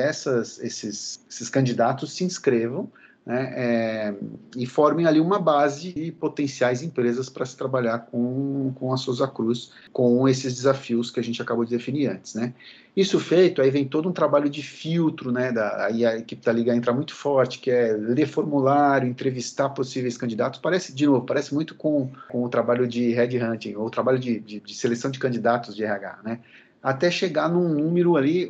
D: esses candidatos se inscrevam, né, e formem ali uma base de potenciais empresas para se trabalhar com a Souza Cruz, com esses desafios que a gente acabou de definir antes, né. Isso feito, aí vem todo um trabalho de filtro, né, aí a equipe da Liga entra muito forte, que é ler formulário, entrevistar possíveis candidatos, parece muito com o trabalho de headhunting, ou o trabalho de seleção de candidatos de RH, né, até chegar num número ali,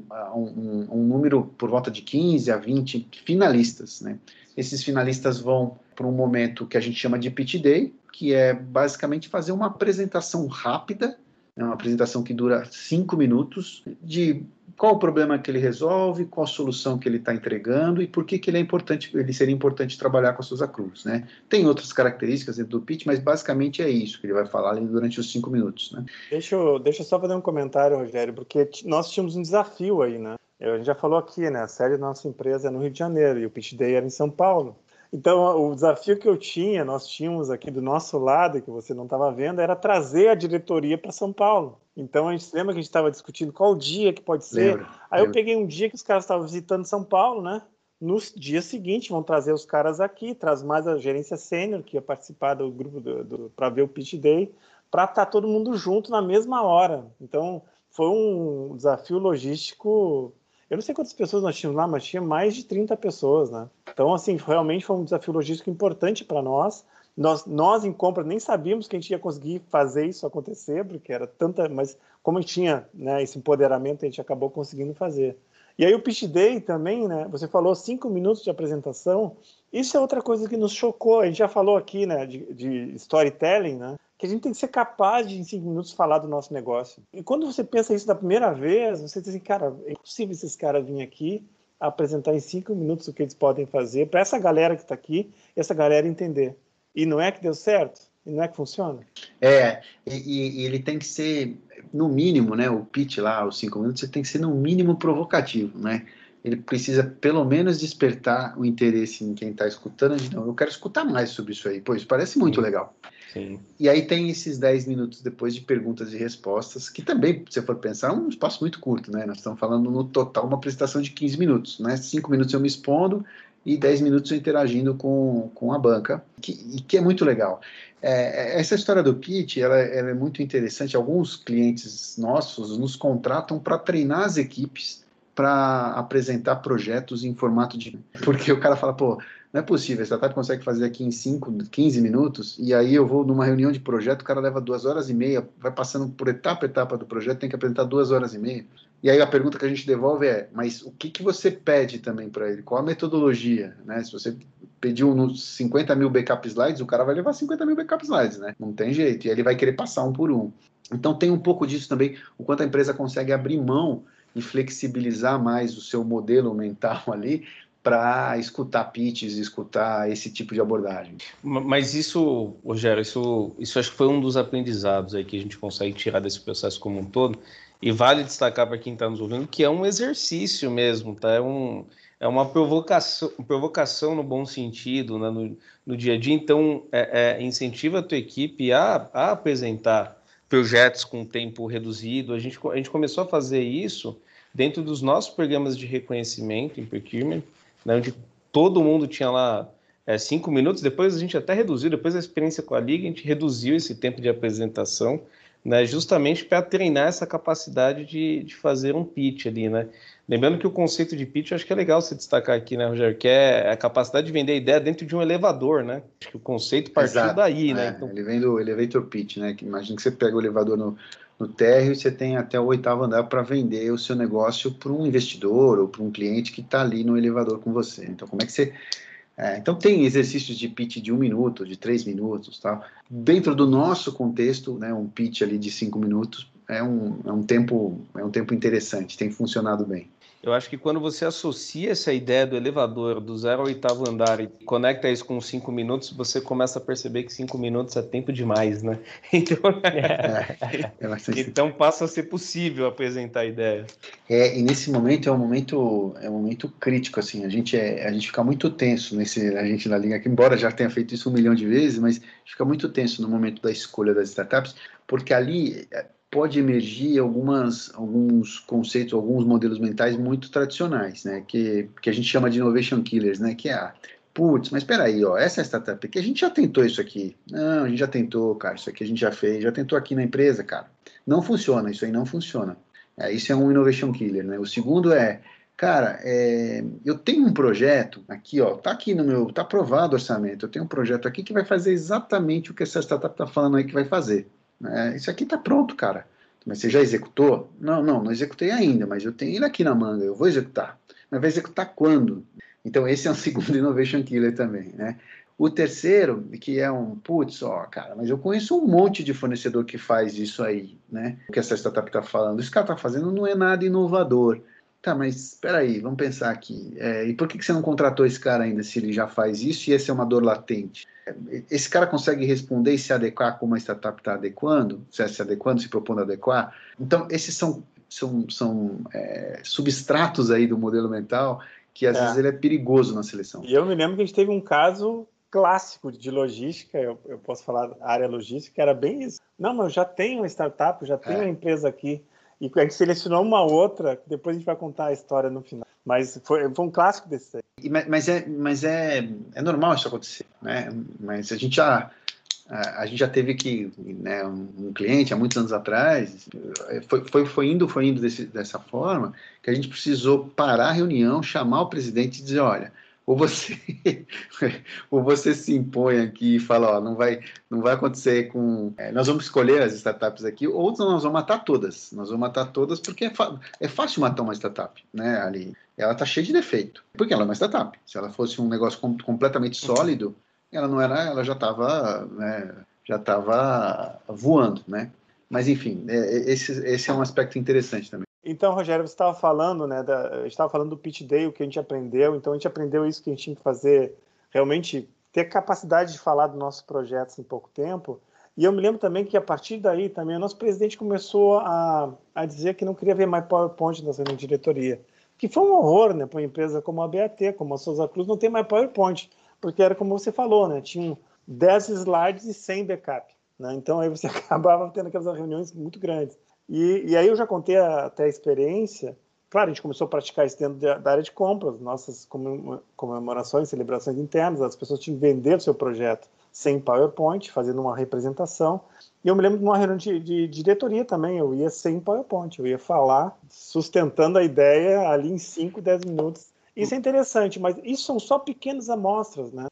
D: um número por volta de 15 a 20 finalistas, né? Esses finalistas vão para um momento que a gente chama de Pitch Day, que é basicamente fazer uma apresentação rápida, né, uma apresentação que dura 5 minutos, de qual o problema que ele resolve, qual a solução que ele está entregando e por que ele seria importante trabalhar com a Souza Cruz, né? Tem outras características dentro do pitch, mas basicamente é isso que ele vai falar ali durante os 5 minutos, né?
A: Deixa eu só fazer um comentário, Rogério, porque nós tínhamos um desafio aí, né? A gente já falou aqui, né? A sede da nossa empresa é no Rio de Janeiro e o Pitch Day era em São Paulo. Então, o desafio que nós tínhamos aqui do nosso lado, que você não estava vendo, era trazer a diretoria para São Paulo. Então, a gente lembra que a gente estava discutindo qual dia que pode ser. Aí eu peguei um dia que os caras estavam visitando São Paulo, né? No dia seguinte, vão trazer os caras aqui, traz mais a gerência sênior, que ia participar do grupo para ver o Pitch Day, para estar todo mundo junto na mesma hora. Então, foi um desafio logístico. Eu não sei quantas pessoas nós tínhamos lá, mas tinha mais de 30 pessoas, né? Então, assim, realmente foi um desafio logístico importante para nós. Nós, em compra, nem sabíamos que a gente ia conseguir fazer isso acontecer, porque era tanta... Mas como a gente tinha, né, esse empoderamento, a gente acabou conseguindo fazer. E aí o Pitch Day também, né? Você falou 5 minutos de apresentação. Isso é outra coisa que nos chocou. A gente já falou aqui, né, de storytelling, né? Que a gente tem que ser capaz de, em 5 minutos, falar do nosso negócio. E quando você pensa isso da primeira vez, você diz assim, cara, é impossível esses caras virem aqui apresentar em 5 minutos o que eles podem fazer para essa galera que está aqui, essa galera entender. E não é que deu certo? E não é que funciona?
D: E ele tem que ser, no mínimo, né, o pitch lá, os 5 minutos, ele tem que ser no mínimo provocativo, né? Ele precisa, pelo menos, despertar o interesse em quem está escutando. Não, eu quero escutar mais sobre isso aí. Pô, isso parece muito legal.
B: Sim.
D: E aí tem esses 10 minutos depois de perguntas e respostas, que também, se você for pensar, é um espaço muito curto, né? Nós estamos falando no total uma apresentação de 15 minutos, né? 5 minutos eu me expondo e 10 minutos eu interagindo com a banca, que é muito legal. Essa história do pitch, ela é muito interessante. Alguns clientes nossos nos contratam para treinar as equipes para apresentar projetos em formato de... Porque o cara fala, pô, não é possível, a startup consegue fazer aqui em 15 minutos, e aí eu vou numa reunião de projeto, o cara leva 2h30, vai passando por etapa do projeto, tem que apresentar 2h30. E aí a pergunta que a gente devolve é, mas o que você pede também para ele? Qual a metodologia? Né? Se você pediu nos 50 mil backup slides, o cara vai levar 50 mil backup slides, né? Não tem jeito, e aí ele vai querer passar um por um. Então tem um pouco disso também, o quanto a empresa consegue abrir mão e flexibilizar mais o seu modelo mental ali para escutar pitches, escutar esse tipo de abordagem.
B: Mas isso, Rogério, isso acho que foi um dos aprendizados aí que a gente consegue tirar desse processo como um todo, e vale destacar para quem está nos ouvindo que é um exercício mesmo, tá? É uma provocação no bom sentido, né? No dia a dia. Então, incentiva a tua equipe a apresentar projetos com tempo reduzido. A gente começou a fazer isso dentro dos nossos programas de reconhecimento em procurement, né, onde todo mundo tinha lá 5 minutos. Depois a gente até reduziu, depois da experiência com a Liga, a gente reduziu esse tempo de apresentação, né, justamente para treinar essa capacidade de fazer um pitch ali, né? Lembrando que o conceito de pitch, eu acho que é legal você destacar aqui, né, Rogério, que é a capacidade de vender a ideia dentro de um elevador, né? Acho que o conceito partiu daí, né? Então...
D: Ele vem do elevator pitch, né? Que imagina que você pega o elevador no térreo e você tem até o 8º andar para vender o seu negócio para um investidor ou para um cliente que está ali no elevador com você. Então, como é que você... então, tem exercícios de pitch de 1 minuto, de 3 minutos, tal. Dentro do nosso contexto, né, um pitch ali de 5 minutos é um tempo interessante, tem funcionado bem.
B: Eu acho que quando você associa essa ideia do elevador do 0 ao 8º andar e conecta isso com 5 minutos, você começa a perceber que 5 minutos é tempo demais, né? Então, então passa a ser possível apresentar a ideia.
D: E nesse momento é um momento crítico, assim, a gente fica muito tenso a gente na Liga, que embora já tenha feito isso 1 milhão de vezes, mas fica muito tenso no momento da escolha das startups, porque ali pode emergir alguns conceitos, alguns modelos mentais muito tradicionais, né, que a gente chama de innovation killers, né, que é putz, mas espera aí, essa startup aqui, a gente já tentou isso aqui. Não, a gente já tentou, cara, isso aqui a gente já fez, já tentou aqui na empresa, cara. Não funciona, isso aí não funciona. Isso é um innovation killer, né? O segundo cara, eu tenho um projeto aqui, tá aqui tá aprovado o orçamento, eu tenho um projeto aqui que vai fazer exatamente o que essa startup tá falando aí que vai fazer. Isso aqui tá pronto, cara. Mas você já executou? Não executei ainda, mas eu tenho ele aqui na manga, eu vou executar. Mas vai executar quando? Então esse é um segundo innovation killer também, né? O terceiro, que é cara, mas eu conheço um monte de fornecedor que faz isso aí, né? O que essa startup está falando. Esse cara está fazendo não é nada inovador. Tá, mas espera aí, vamos pensar aqui. E por que você não contratou esse cara ainda, se ele já faz isso e essa é uma dor latente? Esse cara consegue responder e se adequar como a startup está adequando? Se adequando, se propondo adequar? Então, esses são substratos aí do modelo mental que às vezes ele é perigoso na seleção.
A: E eu me lembro que a gente teve um caso clássico de logística, eu posso falar área logística, era bem isso. Não, mas eu já tenho uma startup, eu já tenho uma empresa aqui. E a gente selecionou uma outra, depois a gente vai contar a história no final. Mas foi um clássico desse aí.
D: Mas é normal isso acontecer, né? Mas a gente já teve que, né, um cliente há muitos anos atrás, foi indo dessa forma, que a gente precisou parar a reunião, chamar o presidente e dizer, olha, ou você se impõe aqui e fala, ó, não vai acontecer nós vamos escolher as startups aqui, ou nós vamos matar todas. Nós vamos matar todas porque é fácil matar uma startup, né, ali. Ela está cheia de defeito, porque ela é uma startup. Se ela fosse um negócio completamente sólido, ela não era, ela já estava, né, voando, né? Mas enfim, esse é um aspecto interessante também.
A: Então, Rogério, você estava falando, né? A gente estava falando do Pitch Day, o que a gente aprendeu. Então, a gente aprendeu isso que a gente tinha que fazer, realmente ter capacidade de falar dos nossos projetos em pouco tempo. E eu me lembro também que a partir daí também o nosso presidente começou a dizer que não queria ver mais PowerPoint na reunião de diretoria, que foi um horror, né? Para uma empresa como a BAT, como a Souza Cruz, não tem mais PowerPoint, porque era como você falou, né? Tinham 10 slides e 100 backup, né? Então aí você acabava tendo aquelas reuniões muito grandes. E aí eu já contei até a experiência. Claro, a gente começou a praticar isso dentro da área de compras, nossas comemorações, celebrações internas, as pessoas tinham que vender o seu projeto sem PowerPoint, fazendo uma representação. E eu me lembro de uma reunião de diretoria também, eu ia sem PowerPoint, eu ia falar, sustentando a ideia ali em 5, 10 minutos. Isso é interessante, mas isso são só pequenas amostras, né,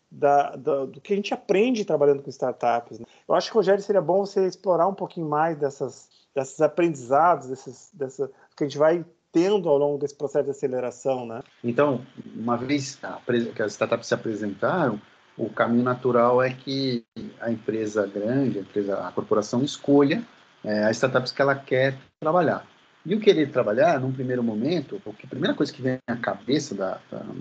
A: do que a gente aprende trabalhando com startups, né? Eu acho que, Rogério, seria bom você explorar um pouquinho mais desses aprendizados, que a gente vai tendo ao longo desse processo de aceleração, né?
D: Então, uma vez que as startups se apresentaram, o caminho natural é que a empresa grande, a corporação, escolha as startups que ela quer trabalhar. E o querer trabalhar, num primeiro momento, a primeira coisa que vem à cabeça da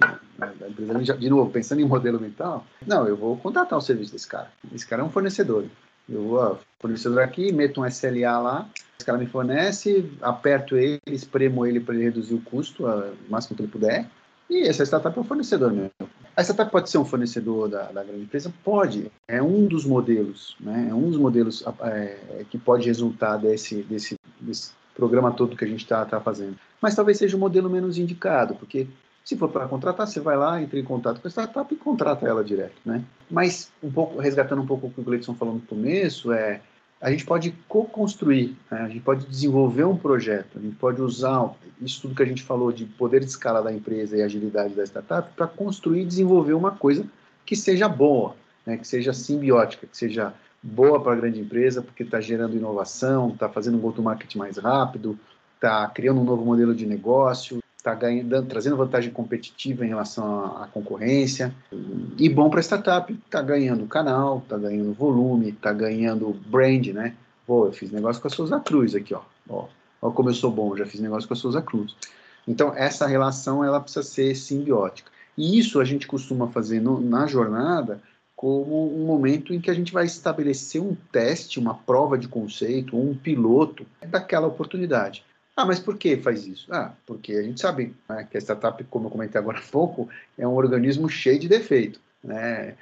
D: empresa, de novo, pensando em modelo mental, não, eu vou contratar o serviço desse cara. Esse cara é um fornecedor. Eu vou, fornecedor aqui, meto um SLA lá, esse cara me fornece, aperto ele, espremo ele para ele reduzir o custo, o máximo que ele puder, e essa startup é um fornecedor mesmo. A startup pode ser um fornecedor da grande empresa? Pode. É um dos modelos, né? É um dos modelos que pode resultar desse programa todo que a gente está fazendo. Mas talvez seja o modelo menos indicado, porque se for para contratar, você vai lá, entra em contato com a startup e contrata ela direto, né? Mas, resgatando um pouco o que o Gleidson falou no começo, a gente pode co-construir, né? A gente pode desenvolver um projeto, a gente pode usar isso tudo que a gente falou de poder de escala da empresa e agilidade da startup para construir e desenvolver uma coisa que seja boa, né? Que seja simbiótica, que seja boa para a grande empresa, porque está gerando inovação, está fazendo um go-to-market mais rápido, está criando um novo modelo de negócio, está trazendo vantagem competitiva em relação à concorrência, e bom para a startup, está ganhando canal, está ganhando volume, está ganhando brand, né? Pô, eu fiz negócio com a Souza Cruz aqui, ó como eu sou bom, já fiz negócio com a Souza Cruz. Então, essa relação, ela precisa ser simbiótica. E isso a gente costuma fazer na jornada como um momento em que a gente vai estabelecer um teste, uma prova de conceito, um piloto daquela oportunidade. Ah, mas por que faz isso? Ah, porque a gente sabe, né, que a startup, como eu comentei agora há pouco, é um organismo cheio de defeito, né?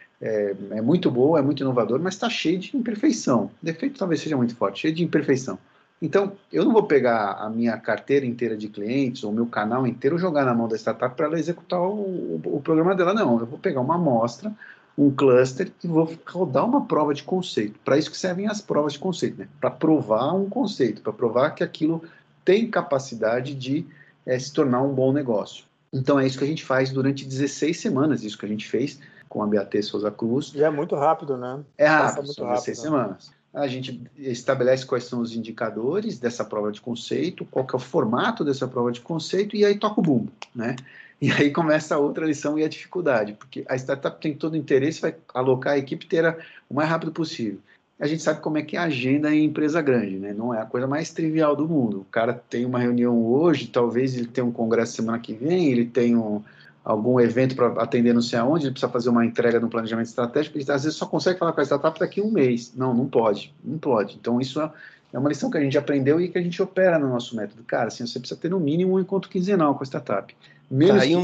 D: É muito boa, é muito inovador, mas está cheio de imperfeição. Defeito talvez seja muito forte, cheio de imperfeição. Então, eu não vou pegar a minha carteira inteira de clientes, ou o meu canal inteiro, jogar na mão da startup para ela executar o programa dela. Não, eu vou pegar uma amostra, um cluster, e vou rodar uma prova de conceito. Para isso que servem as provas de conceito, né? Para provar um conceito, para provar que aquilo tem capacidade de se tornar um bom negócio. Então é isso que a gente faz durante 16 semanas, isso que a gente fez com a BAT Souza Cruz.
A: E é muito rápido, né?
D: É rápido, são 16 semanas. A gente estabelece quais são os indicadores dessa prova de conceito, qual que é o formato dessa prova de conceito, e aí toca o bumbo, né? E aí começa a outra lição e a dificuldade, porque a startup tem todo o interesse, vai alocar a equipe inteira o mais rápido possível. A gente sabe como é que é a agenda em empresa grande, né? Não é a coisa mais trivial do mundo. O cara tem uma reunião hoje, talvez ele tenha um congresso semana que vem, ele tem algum evento para atender não sei aonde, ele precisa fazer uma entrega no planejamento estratégico, ele às vezes só consegue falar com a startup daqui a um mês. Não pode. Então isso é uma lição que a gente aprendeu e que a gente opera no nosso método. Cara, assim, você precisa ter no mínimo um encontro quinzenal com a startup.
B: Tá aí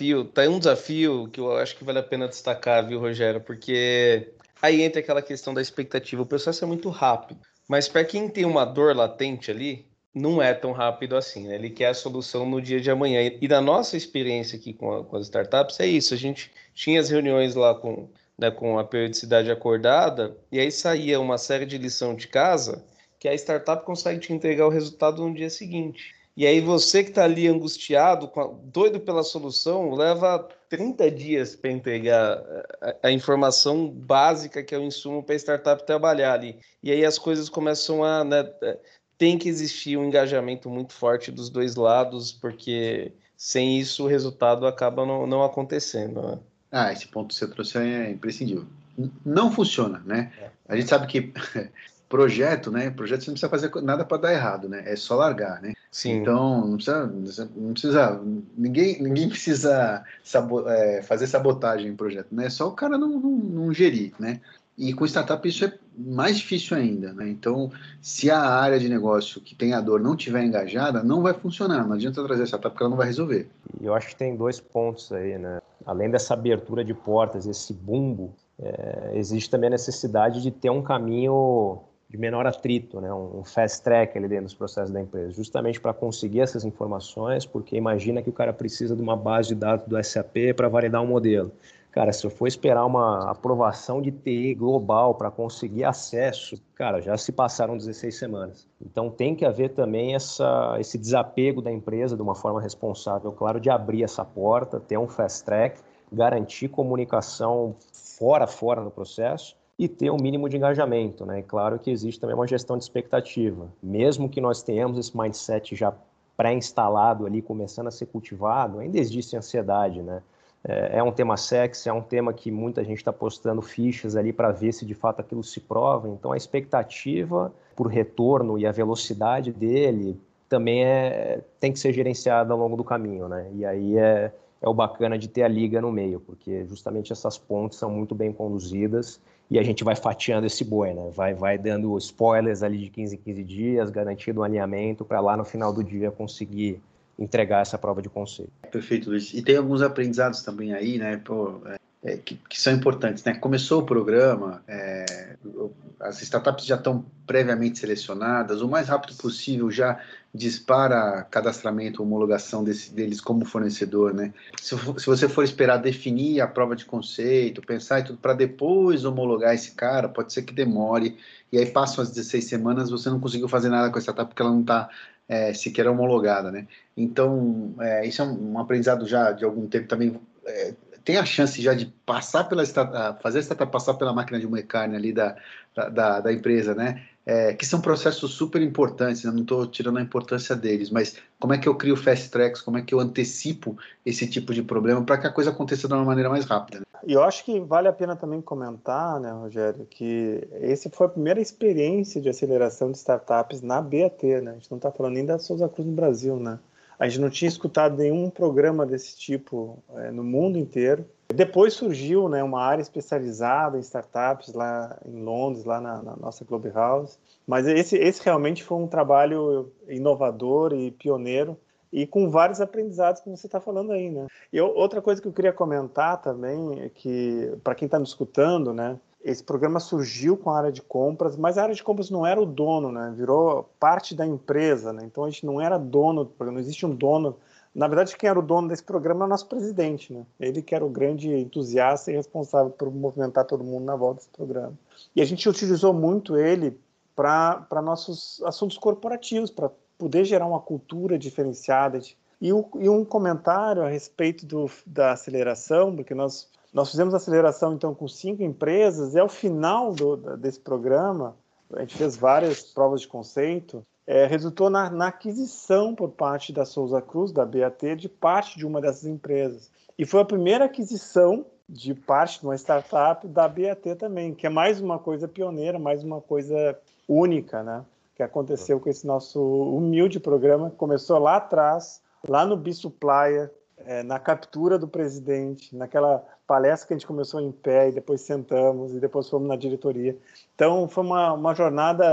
B: um desafio que eu acho que vale a pena destacar, viu, Rogério? Porque aí entra aquela questão da expectativa. O processo é muito rápido, mas para quem tem uma dor latente ali, não é tão rápido assim, né? Ele quer a solução no dia de amanhã. E na nossa experiência aqui com as startups, é isso. A gente tinha as reuniões lá com a periodicidade acordada, e aí saía uma série de lição de casa que a startup consegue te entregar o resultado no dia seguinte. E aí você que está ali angustiado, doido pela solução, leva 30 dias para entregar a informação básica que é o insumo para a startup trabalhar ali. E aí as coisas começam a... Né, tem que existir um engajamento muito forte dos dois lados, porque sem isso o resultado acaba não acontecendo, né?
D: Esse ponto que você trouxe é imprescindível. Não funciona, né? A gente sabe que projeto, né? Projeto você não precisa fazer nada para dar errado, né? É só largar, né?
B: Sim.
D: Então, não precisa ninguém precisa fazer sabotagem em projeto, né? É só o cara não gerir, né? E com startup isso é mais difícil ainda, né? Então, se a área de negócio que tem a dor não tiver engajada, não vai funcionar. Não adianta trazer startup porque ela não vai resolver.
C: E eu acho que tem 2 pontos aí, né? Além dessa abertura de portas, esse bumbo, existe também a necessidade de ter um caminho de menor atrito, né? Um fast track ali dentro dos processos da empresa, justamente para conseguir essas informações, porque imagina que o cara precisa de uma base de dados do SAP para validar um modelo. Cara, se eu for esperar uma aprovação de TI global para conseguir acesso, cara, já se passaram 16 semanas. Então tem que haver também esse desapego da empresa de uma forma responsável, claro, de abrir essa porta, ter um fast track, garantir comunicação fora no processo e ter um mínimo de engajamento, né? E claro que existe também uma gestão de expectativa. Mesmo que nós tenhamos esse mindset já pré-instalado ali, começando a ser cultivado, ainda existe ansiedade, né? É um tema sexy, é um tema que muita gente está postando fichas ali para ver se de fato aquilo se prova. Então a expectativa por retorno e a velocidade dele também tem que ser gerenciada ao longo do caminho, né? E aí é o bacana de ter a liga no meio, porque justamente essas pontes são muito bem conduzidas e a gente vai fatiando esse boi, né? Vai dando spoilers ali de 15 em 15 dias, garantindo um alinhamento para lá no final do dia conseguir entregar essa prova de conceito.
D: Perfeito, Luiz. E tem alguns aprendizados também aí, né, que são importantes, né? Começou o programa, as startups já estão previamente selecionadas, o mais rápido possível já dispara cadastramento, homologação deles como fornecedor, né? Se você for esperar definir a prova de conceito, pensar e tudo, para depois homologar esse cara, pode ser que demore, e aí passam as 16 semanas, você não conseguiu fazer nada com a startup porque ela não está sequer homologada, né? Então, isso é um aprendizado já de algum tempo também. Tem a chance já de passar fazer a startup passar pela máquina de moer carne ali da empresa, né? Que são processos super importantes, né? Não estou tirando a importância deles, mas como é que eu crio fast tracks, como é que eu antecipo esse tipo de problema para que a coisa aconteça de uma maneira mais rápida, né?
A: E eu acho que vale a pena também comentar, né, Rogério, que esse foi a primeira experiência de aceleração de startups na BAT, né? A gente não está falando nem da Souza Cruz no Brasil, né? A gente não tinha escutado nenhum programa desse tipo no mundo inteiro. Depois surgiu, né, uma área especializada em startups lá em Londres, lá na nossa Clubhouse. Mas esse realmente foi um trabalho inovador e pioneiro e com vários aprendizados, como você está falando aí, né? E outra coisa que eu queria comentar também é que, para quem está me escutando, né, esse programa surgiu com a área de compras, mas a área de compras não era o dono, né? Virou parte da empresa, né? Então a gente não era dono do programa, não existe um dono. Na verdade, quem era o dono desse programa é o nosso presidente, né? Ele que era o grande entusiasta e responsável por movimentar todo mundo na volta desse programa. E a gente utilizou muito ele para nossos assuntos corporativos, para poder gerar uma cultura diferenciada. E um comentário a respeito da aceleração, porque nós fizemos aceleração então com 5 empresas, e ao final desse programa, a gente fez várias provas de conceito, resultou na aquisição por parte da Souza Cruz, da BAT, de parte de uma dessas empresas. E foi a primeira aquisição de parte de uma startup da BAT também, que é mais uma coisa pioneira, mais uma coisa única, né? Que aconteceu com esse nosso humilde programa, que começou lá atrás, lá no Bisupplier, na captura do presidente, naquela palestra que a gente começou em pé e depois sentamos e depois fomos na diretoria. Então, foi uma jornada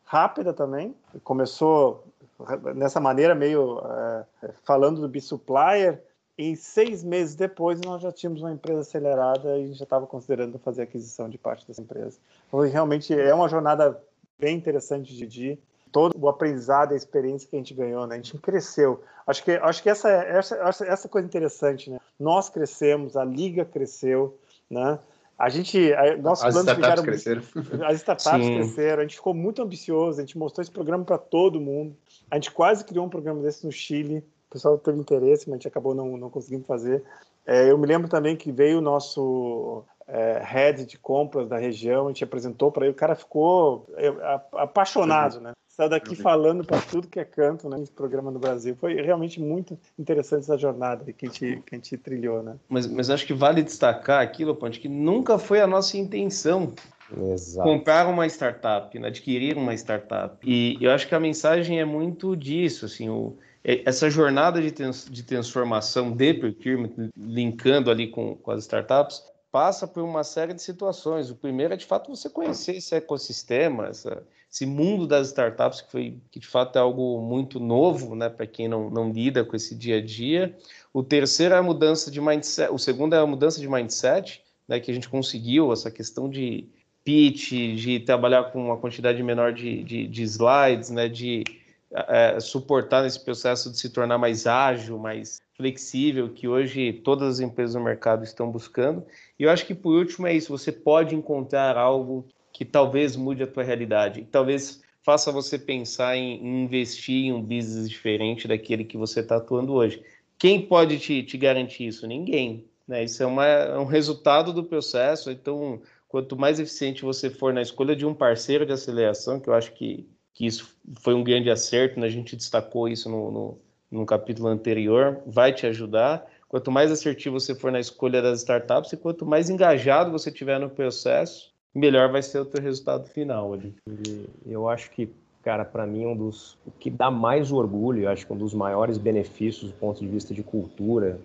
A: rápida também. Começou nessa maneira, meio falando do B-Supplier. Em 6 meses depois, nós já tínhamos uma empresa acelerada e já estava considerando fazer aquisição de parte dessa empresa. Então, realmente é uma jornada bem interessante de todo o aprendizado e a experiência que a gente ganhou, né? A gente cresceu. Acho que essa coisa interessante, né? Nós crescemos, a Liga cresceu, né? Nossos
D: As startups cresceram.
A: As startups cresceram, a gente ficou muito ambicioso, a gente mostrou esse programa para todo mundo. A gente quase criou um programa desse no Chile. O pessoal teve interesse, mas a gente acabou não conseguindo fazer. Eu me lembro também que veio o nosso head de compras da região, a gente apresentou para ele, o cara ficou apaixonado, né? Saiu daqui falando para tudo que é canto, né? Esse programa no Brasil. Foi realmente muito interessante essa jornada que a gente trilhou, né?
B: Mas acho que vale destacar aqui, Lopante, que nunca foi a nossa intenção comprar uma startup, né? Adquirir uma startup. E eu acho que a mensagem é muito disso, assim, essa jornada de transformação de procurement, linkando ali com as startups, passa por uma série de situações. O primeiro é, de fato, você conhecer esse ecossistema, esse mundo das startups, que de fato é algo muito novo, né, para quem não lida com esse dia a dia. O terceiro é a mudança de mindset. O segundo é a mudança de mindset, né, que a gente conseguiu, essa questão de pitch, de trabalhar com uma quantidade menor de slides, né, de suportar nesse processo de se tornar mais ágil, mais flexível, que hoje todas as empresas no mercado estão buscando. E eu acho que, por último, é isso. Você pode encontrar algo que talvez mude a tua realidade, que talvez faça você pensar em investir em um business diferente daquele que você está atuando hoje. Quem pode te garantir isso? Ninguém, né? Isso é um resultado do processo. Então, quanto mais eficiente você for na escolha de um parceiro de aceleração, que eu acho que isso foi um grande acerto, né? A gente destacou isso no capítulo anterior, vai te ajudar. Quanto mais assertivo você for na escolha das startups e quanto mais engajado você tiver no processo, melhor vai ser o teu resultado final ali.
C: Eu acho que, cara, para mim, o que dá mais orgulho, eu acho que um dos maiores benefícios do ponto de vista de cultura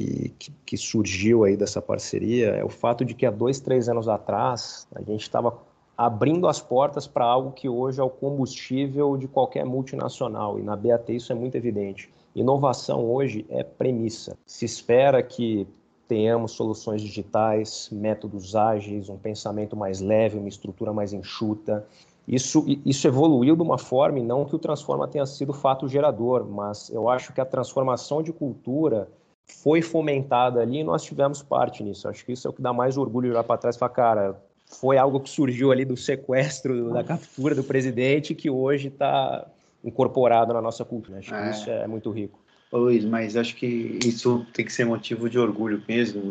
C: que surgiu aí dessa parceria é o fato de que há 2, 3 anos atrás a gente estava abrindo as portas para algo que hoje é o combustível de qualquer multinacional, e na BAT isso é muito evidente. Inovação hoje é premissa. Se espera que tenhamos soluções digitais, métodos ágeis, um pensamento mais leve, uma estrutura mais enxuta. Isso evoluiu de uma forma, e não que o Transforma tenha sido fato gerador, mas eu acho que a transformação de cultura foi fomentada ali e nós tivemos parte nisso. Acho que isso é o que dá mais orgulho de olhar para trás e falar, cara, foi algo que surgiu ali do sequestro, da captura do presidente, que hoje está incorporado na nossa cultura. Acho que isso é muito rico.
D: Luiz, mas acho que isso tem que ser motivo de orgulho mesmo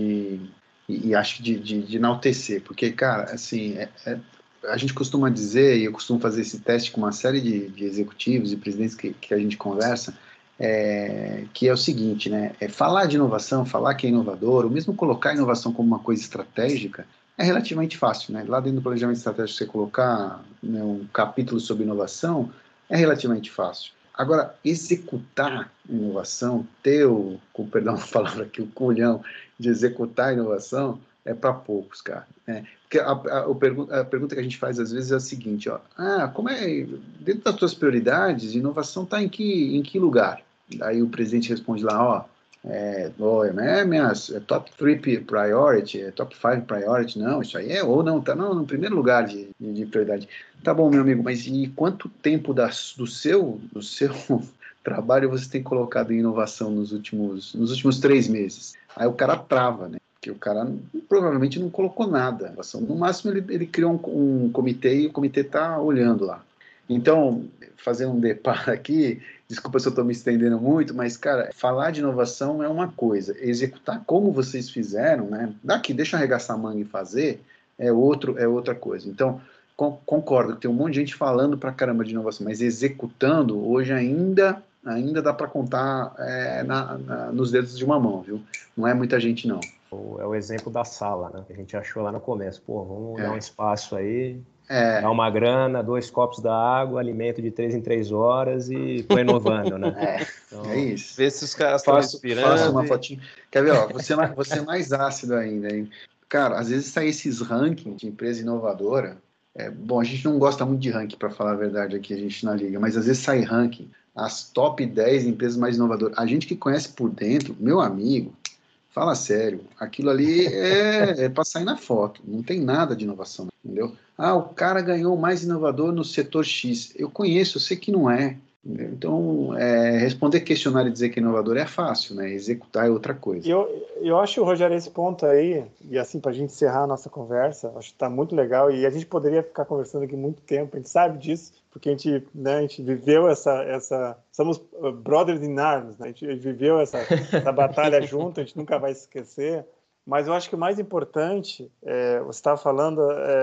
D: e acho que de enaltecer, porque, cara, assim, a gente costuma dizer, e eu costumo fazer esse teste com uma série de executivos e presidentes que a gente conversa, que é o seguinte, né? Falar de inovação, falar que é inovador, ou mesmo colocar a inovação como uma coisa estratégica, é relativamente fácil, né? Lá dentro do planejamento estratégico, você colocar, né, um capítulo sobre inovação é relativamente fácil. Agora, executar inovação, com perdão a palavra aqui, o culhão de executar a inovação, é para poucos, cara. Né? Porque a pergunta que a gente faz às vezes é a seguinte, ó, como é, dentro das tuas prioridades, inovação está em que lugar? Aí o presidente responde lá, minhas top 3 priority, top 5 priority, não, isso aí ou não, tá no primeiro lugar de prioridade. Tá bom, meu amigo, mas e quanto tempo do seu trabalho você tem colocado em inovação nos últimos 3 meses? Aí o cara trava, né? Porque o cara provavelmente não colocou nada. No máximo ele criou um comitê e o comitê tá olhando lá. Então, fazer um deparo aqui, desculpa se eu estou me estendendo muito, mas, cara, falar de inovação é uma coisa, executar como vocês fizeram, né? Deixa eu arregaçar a manga e fazer, é outra coisa. Então, concordo que tem um monte de gente falando pra caramba de inovação, mas executando, hoje ainda dá para contar nos dedos de uma mão, viu? Não é muita gente, não.
C: É o exemplo da sala, né? Que a gente achou lá no começo. Vamos dar um espaço aí, dar uma grana, 2 copos da água, alimento de 3 em 3 horas e tô inovando, né?
D: Então, é isso.
B: Vê se os caras estão respirando.
D: Faça uma fotinha. Quer ver, ó, você é mais ácido ainda, hein? Cara, às vezes sai esses rankings de empresa inovadora, Bom, a gente não gosta muito de ranking, para falar a verdade aqui, a gente na Liga, mas às vezes sai ranking, as top 10 empresas mais inovadoras. A gente que conhece por dentro, meu amigo, fala sério, aquilo ali é para sair na foto, não tem nada de inovação, entendeu? O cara ganhou o mais inovador no setor X. Eu conheço, eu sei que não é. Entendeu? Então, responder questionário e dizer que é inovador é fácil, né? Executar é outra coisa.
A: Eu acho, Rogério, esse ponto aí, e assim, para a gente encerrar a nossa conversa, acho que está muito legal, e a gente poderia ficar conversando aqui muito tempo, a gente sabe disso, porque a gente viveu essa somos brothers in arms, né? A gente viveu essa batalha junto, a gente nunca vai se esquecer, mas eu acho que o mais importante, você estava falando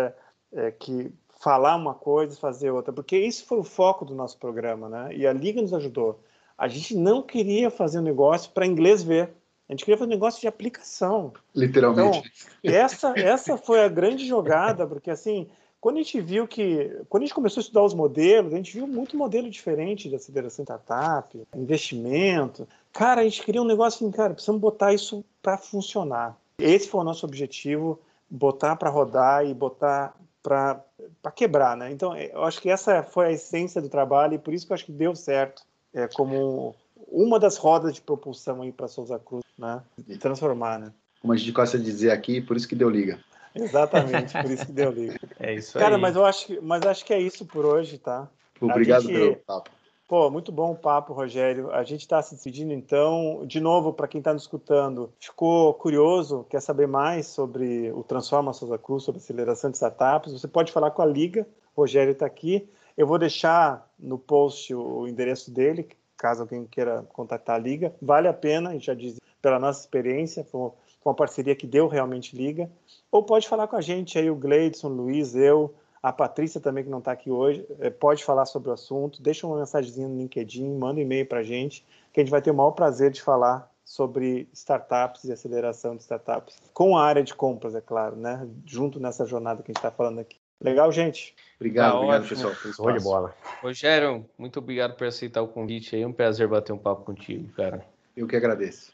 A: que falar uma coisa e fazer outra, porque isso foi o foco do nosso programa, né? E a Liga nos ajudou. A gente não queria fazer um negócio para inglês ver, a gente queria fazer um negócio de aplicação.
D: Literalmente.
A: Então, essa foi a grande jogada, porque assim, quando a gente começou a estudar os modelos, a gente viu muito modelo diferente de aceleração de startup, investimento. Cara, a gente queria um negócio assim, cara, precisamos botar isso para funcionar. Esse foi o nosso objetivo, botar para rodar e botar para quebrar, né? Então, eu acho que essa foi a essência do trabalho e por isso que eu acho que deu certo como uma das rodas de propulsão aí para Souza Cruz, né? De transformar, né?
D: Como a gente gosta de dizer aqui, por isso que deu liga.
A: Exatamente, por isso que deu liga.
B: É isso
A: Cara,
B: aí.
A: mas acho que é isso por hoje, tá?
D: Obrigado pelo papo.
A: Pô, muito bom o papo, Rogério. A gente está se despedindo, então. De novo, para quem está nos escutando, ficou curioso, quer saber mais sobre o Transforma Souza Cruz, sobre aceleração de startups, você pode falar com a Liga. O Rogério está aqui. Eu vou deixar no post o endereço dele, caso alguém queira contactar a Liga. Vale a pena, a gente já diz, pela nossa experiência, foi uma parceria que deu realmente Liga. Ou pode falar com a gente aí, o Gleidson, o Luiz, eu, a Patrícia também, que não está aqui hoje, pode falar sobre o assunto, deixa uma mensagenzinha no LinkedIn, manda um e-mail para a gente, que a gente vai ter o maior prazer de falar sobre startups e aceleração de startups, com a área de compras, é claro, né? Junto nessa jornada que a gente está falando aqui. Legal, gente?
D: Obrigado,
B: ótimo,
D: pessoal, pelo espaço.
C: Show de bola.
B: Rogério, muito obrigado por aceitar o convite aí. É um prazer bater um papo contigo, cara.
D: Eu que agradeço.